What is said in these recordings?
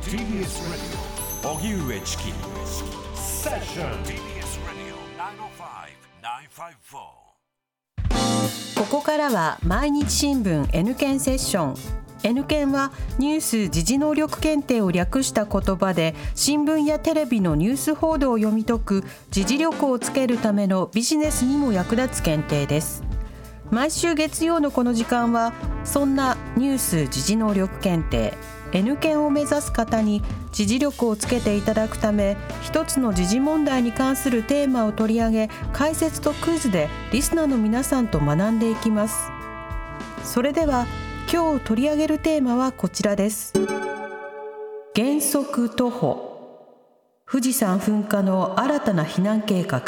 TBS Radio 荻上チキセッション TBS Radio 905-954。 ここからは毎日新聞 N 検セッション。 N 検はニュース・時事能力検定を略した言葉で、新聞やテレビのニュース報道を読み解く時事力をつけるためのビジネスにも役立つ検定です。毎週月曜のこの時間は、そんなニュース・時事能力検定 N 検を目指す方に時事力をつけていただくため、一つの時事問題に関するテーマを取り上げ、解説とクイズでリスナーの皆さんと学んでいきます。それでは今日取り上げるテーマはこちらです。原則徒歩、富士山噴火の新たな避難計画。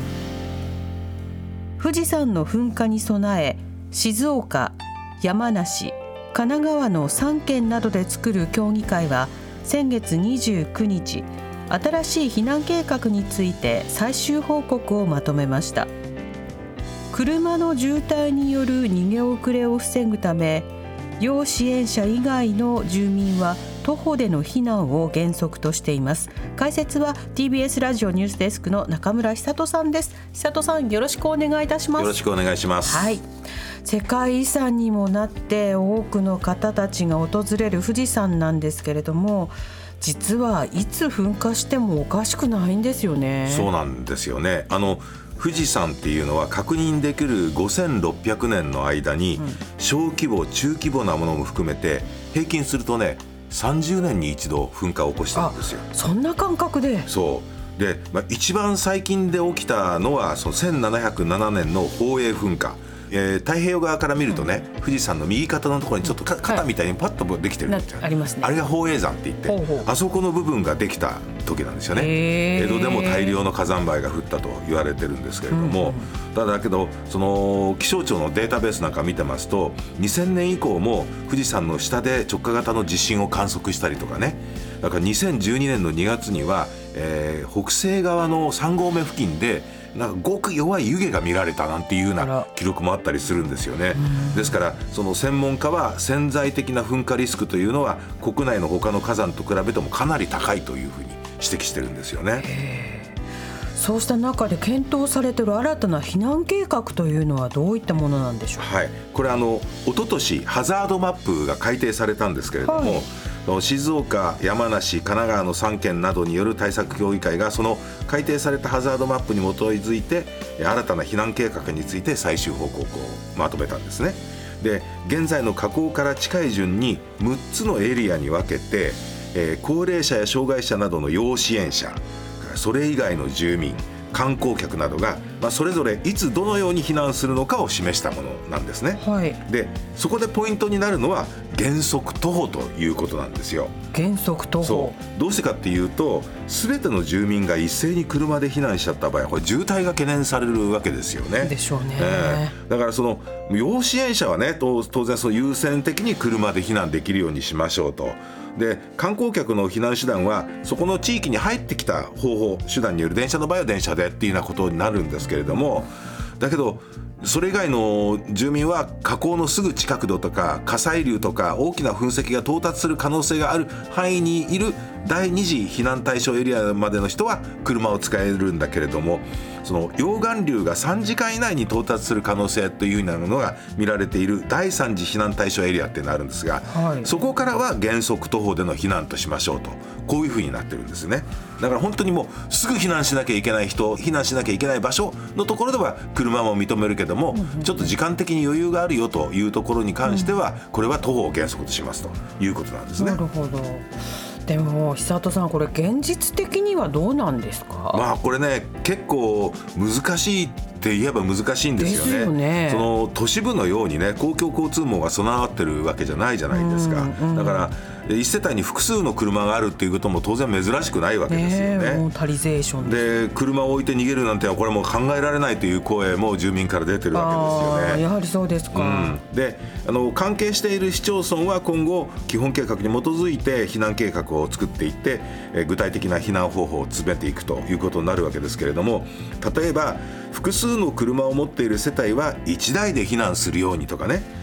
富士山の噴火に備え、静岡、山梨、神奈川の3県などで作る協議会は先月29日、新しい避難計画について最終報告をまとめました。車の渋滞による逃げ遅れを防ぐため、要支援者以外の住民は徒歩での避難を原則としています。解説は TBS ラジオニュースデスクの中村久人さんです。久人さん、よろしくお願いいたします。 よろしくお願いします。 はい、世界遺産にもなって多くの方たちが訪れる富士山なんですけれども、実はいつ噴火してもおかしくないんですよね。 そうなんですよね。富士山っていうのは確認できる5600年の間に、小規模中規模なものも含めて平均するとね、30年に一度噴火を起こしてるんですよ。 そんな感覚で。 そうで、一番最近で起きたのはその1707年の宝永噴火。太平洋側から見るとね、富士山の右肩のところにちょっと肩みたいにパッとできてるんですよ、 ありますね。あれが宝永山って言って、 ほうほう、 あそこの部分ができた時なんですよね。江戸でも大量の火山灰が降ったと言われてるんですけれども、だけどその気象庁のデータベースなんか見てますと、2000年以降も富士山の下で直下型の地震を観測したりとかね。だから2012年の2月には、北西側の3合目付近でなんかごく弱い湯気が見られたなんていうような記録もあったりするんですよね。ですからその専門家は、潜在的な噴火リスクというのは国内の他の火山と比べてもかなり高いというふうに指摘してるんですよね。 そうした中で検討されている新たな避難計画というのはどういったものなんでしょうか。 はい、これ一昨年ハザードマップが改定されたんですけれども、静岡、山梨、神奈川の3県などによる対策協議会がその改定されたハザードマップに基づいて新たな避難計画について最終報告をまとめたんですね。で、現在の火口から近い順に6つのエリアに分けて、高齢者や障害者などの要支援者、それ以外の住民、観光客などが、それぞれいつどのように避難するのかを示したものなんですね。で、そこでポイントになるのは原則徒歩ということなんですよ。 原則徒歩。 そう、どうしてかっていうと、全ての住民が一斉に車で避難しちゃった場合、これ渋滞が懸念されるわけですよね。 でしょうね。 だからその要支援者はね、当然その優先的に車で避難できるようにしましょうと。で、観光客の避難手段はそこの地域に入ってきた方法手段による、電車の場合は電車でっていうようなことになるんですけれども、だけどそれ以外の住民は火口のすぐ近くとか火砕流とか大きな噴石が到達する可能性がある範囲にいる第二次避難対象エリアまでの人は車を使えるんだけれども、その溶岩流が3時間以内に到達する可能性というようなものが見られている第3次避難対象エリアってなるんですが、そこからは原則徒歩での避難としましょうと、こういうふうになってるんですね。だから本当にもうすぐ避難しなきゃいけない人、避難しなきゃいけない場所のところでは車も認めるけども、ちょっと時間的に余裕があるよというところに関しては、これは徒歩を原則としますということなんですね。 なるほど。でも久人さん、これ現実的にはどうなんですか。 これね、結構難しいって言えば難しいんですよね。 ですよね。 その都市部のようにね、公共交通網が備わってるわけじゃないじゃないですか。だから一世帯に複数の車があるっていうことも当然珍しくないわけですよね。 モータリゼーションで、車を置いて逃げるなんてこれもう考えられないという声も住民から出てるわけですよね。 やはりそうですか。 で、関係している市町村は今後基本計画に基づいて避難計画を作っていって、具体的な避難方法を詰めていくということになるわけですけれども、例えば複数の車を持っている世帯は1台で避難するようにとかね、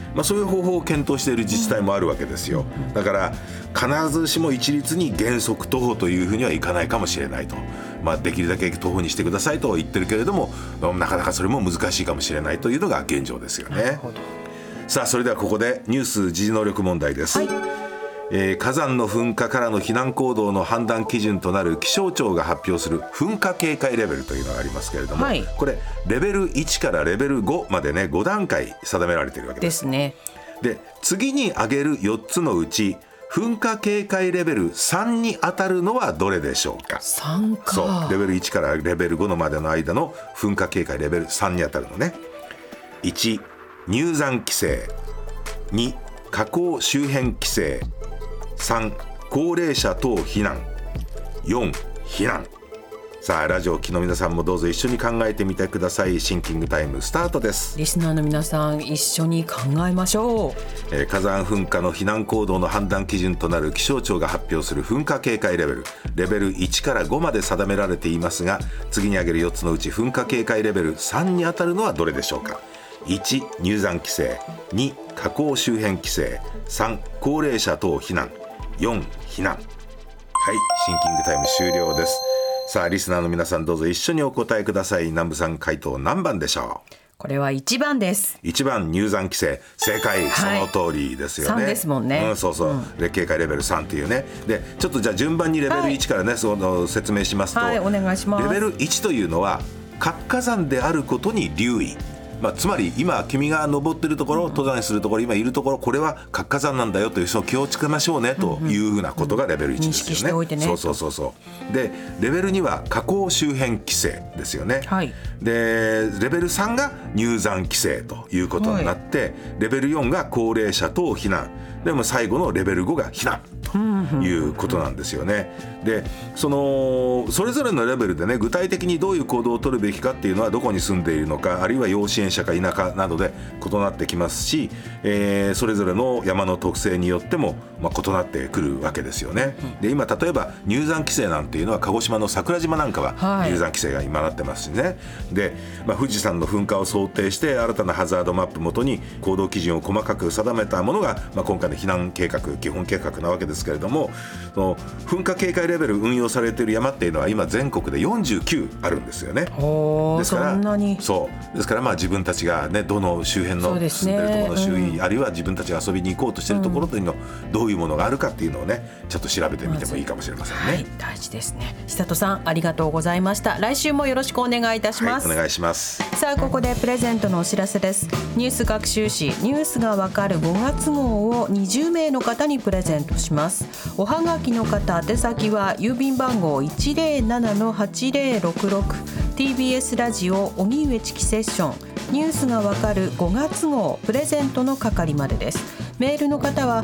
そういう方法を検討している自治体もあるわけですよ。だから必ずしも一律に原則徒歩というふうにはいかないかもしれないと、できるだけ徒歩にしてくださいと言ってるけれども、なかなかそれも難しいかもしれないというのが現状ですよね。さあそれではここでニュース時事能力問題です。火山の噴火からの避難行動の判断基準となる気象庁が発表する噴火警戒レベルというのがありますけれども、これレベル1からレベル5までね5段階定められているわけですね。 で次に挙げる4つのうち噴火警戒レベル3に当たるのはどれでしょうか。 3か。 そうレベル1からレベル5のまでの間の噴火警戒レベル3に当たるのね。1入山規制、2火口周辺規制、3高齢者等避難、4避難。さあラジオ機の皆さんもどうぞ一緒に考えてみてください。シンキングタイムスタートです。 リスナーの皆さん一緒に考えましょう。火山噴火の避難行動の判断基準となる気象庁が発表する噴火警戒レベル1から5まで定められていますが、次に挙げる4つのうち噴火警戒レベル3に当たるのはどれでしょうか。1入山規制、2火口周辺規制、3高齢者等避難、4避難。はい、シンキングタイム終了です。さあリスナーの皆さんどうぞ一緒にお答えください。南部さん回答何番でしょう。 これは1番です。 1番入山規制、正解、その通りですよね。 3ですもんね。 そうそう、警戒レベル3っていうね。でちょっとじゃあ順番にレベル1からね、その説明しますと、 お願いします。 レベル1というのは活火山であることに留意。つまり今君が登ってるところ、登山するところ、今いるところ、これは活火山なんだよという、その気をつけましょうねというふうなことがレベル1ですよね。認識しておいてね。そうでレベル2は火口周辺規制ですよね。でレベル3が入山規制ということになって、レベル4が高齢者等避難でも最後のレベル5が避難ということなんですよね。でそれぞれのレベルでね、具体的にどういう行動を取るべきかっていうのはどこに住んでいるのか、あるいは要支援者か田舎などで異なってきますし、それぞれの山の特性によっても、異なってくるわけですよね。で今例えば入山規制なんていうのは鹿児島の桜島なんかは入山規制が今なってますしね。で、富士山の噴火を想定して新たなハザードマップ元に行動基準を細かく定めたものが、今回の避難計画、基本計画なわけですけれども、その噴火警戒レベル運用されている山っていうのは今全国で49あるんですよね。ですからそんなに。 そうですから自分たちがね、どの周辺の住んでるところの周囲、あるいは自分たちが遊びに行こうとしているところというの、どういうものがあるかっていうのをね、ちょっと調べてみてもいいかもしれませんね。 大事ですね。久人さんありがとうございました。来週もよろしくお願いいたします。 お願いします。 さあここでプレゼントのお知らせです。ニュース学習誌ニュースがわかる5月号を20名の方にプレゼントします。おはがきの方、宛先は郵便番号 107-8066 TBS ラジオ荻上チキセッションニュースがわかる5月号プレゼントの係までです。メールの方は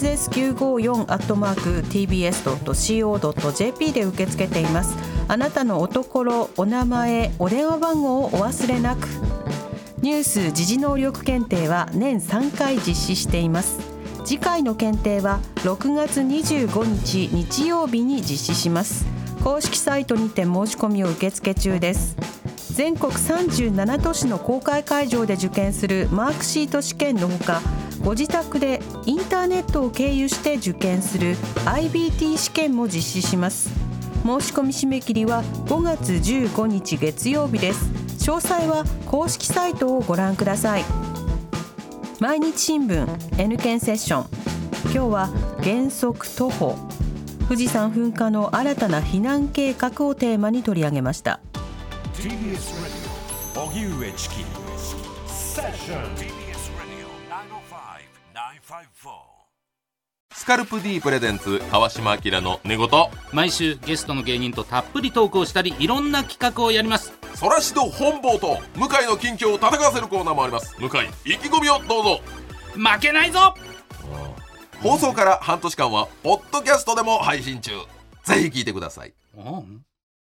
ss954@tbs.co.jp で受け付けています。あなたのおところ、お名前、お電話番号をお忘れなく。ニュース時事能力検定は年3回実施しています。次回の検定は6月25日日曜日に実施します。公式サイトにて申し込みを受付中です。全国37都市の公開会場で受験するマークシート試験のほか、ご自宅でインターネットを経由して受験する IBT 試験も実施します。申し込み締め切りは5月15日月曜日です。詳細は公式サイトをご覧ください。毎日新聞 N 県セッション、今日は原則徒歩、富士山噴火の新たな避難計画をテーマに取り上げました。 TBS ラジオ荻上チキセッション TBS ラジオ905-954 スカルプ D プレゼンツ川島明の寝言。 毎週ゲストの芸人とたっぷりトークをしたり、いろんな企画をやります。 そらしど本坊と向井の近況を戦わせるコーナーもあります。向井意気込みをどうぞ。 負けないぞ。 放送から半年間はポッドキャストでも配信中。ぜひ聞いてください。 うん